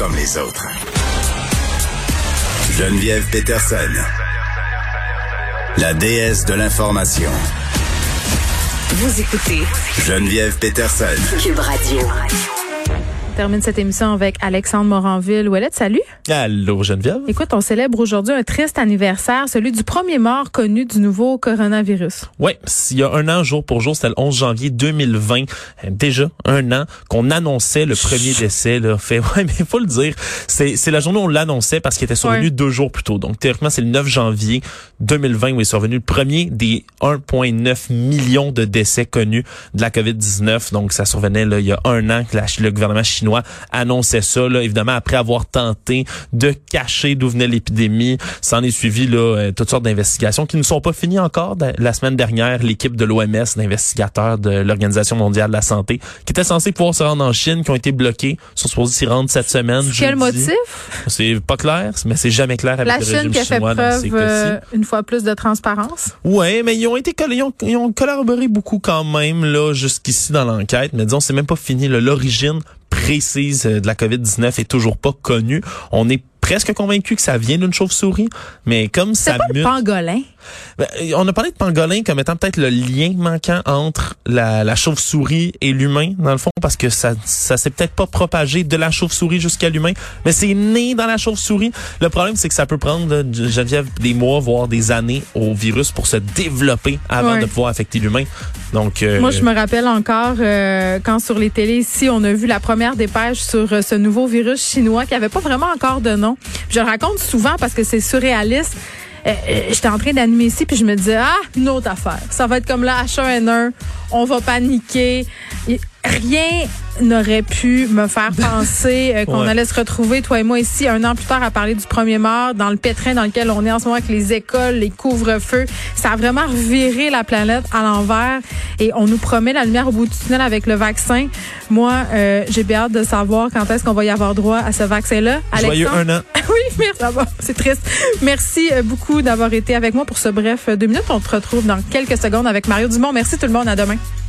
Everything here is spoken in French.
comme les autres. Geneviève Peterson, la déesse de l'information. Vous écoutez Geneviève Peterson, Cube Radio. On termine cette émission avec Alexandre Moranville-Ouellette. Salut. Allô, Geneviève. Écoute, on célèbre aujourd'hui un triste anniversaire, celui du premier mort connu du nouveau coronavirus. Oui, il y a un an, jour pour jour, c'était le 11 janvier 2020. Déjà un an qu'on annonçait le premier décès. Là. Ouais, mais il faut le dire, c'est la journée où on l'annonçait parce qu'il était survenu 2 jours plus tôt. Donc, théoriquement, c'est le 9 janvier 2020 où il est survenu le premier des 1,9 million de décès connus de la COVID-19. Donc, ça survenait là, il y a un an que le gouvernement chinois annonçait ça, là, évidemment, après avoir tenté de cacher d'où venait l'épidémie. Ça en est suivi là, toutes sortes d'investigations qui ne sont pas finies encore. La semaine dernière, l'équipe de l'OMS, d'investigateurs de l'Organisation mondiale de la santé, qui étaient censés pouvoir se rendre en Chine, qui ont été bloqués, sont supposés s'y rendre cette semaine. Quel motif? C'est pas clair, mais c'est jamais clair avec le régime chinois dans ces cas-ci. La Chine qui a fait preuve, une fois plus, de transparence. Ouais, mais ils ont collaboré beaucoup quand même là jusqu'ici dans l'enquête. Mais disons, c'est même pas fini. L'origine précise de la COVID-19 est toujours pas connue. On est presque convaincu que ça vient d'une chauve-souris, mais comme ça mute... C'est pas le pangolin? On a parlé de pangolin comme étant peut-être le lien manquant entre la chauve-souris et l'humain, dans le fond, parce que ça s'est peut-être pas propagé de la chauve-souris jusqu'à l'humain, mais c'est né dans la chauve-souris. Le problème, c'est que ça peut prendre, Geneviève, des mois, voire des années au virus pour se développer avant de pouvoir affecter l'humain. Donc, moi, je me rappelle encore quand sur les télés ici, on a vu la première dépêche sur ce nouveau virus chinois qui avait pas vraiment encore de nom. Je le raconte souvent parce que c'est surréaliste. J'étais en train d'animer ici puis je me disais une autre affaire. Ça va être comme le H1N1, on va paniquer. Rien n'aurait pu me faire penser qu'on allait se retrouver, toi et moi, ici, un an plus tard, à parler du premier mort, dans le pétrin dans lequel on est en ce moment avec les écoles, les couvre-feux. Ça a vraiment reviré la planète à l'envers et on nous promet la lumière au bout du tunnel avec le vaccin. Moi, j'ai bien hâte de savoir quand est-ce qu'on va y avoir droit à ce vaccin-là. Joyeux un an. Oui, merci. C'est triste. Merci beaucoup d'avoir été avec moi pour ce bref 2 minutes. On te retrouve dans quelques secondes avec Mario Dumont. Merci tout le monde. À demain.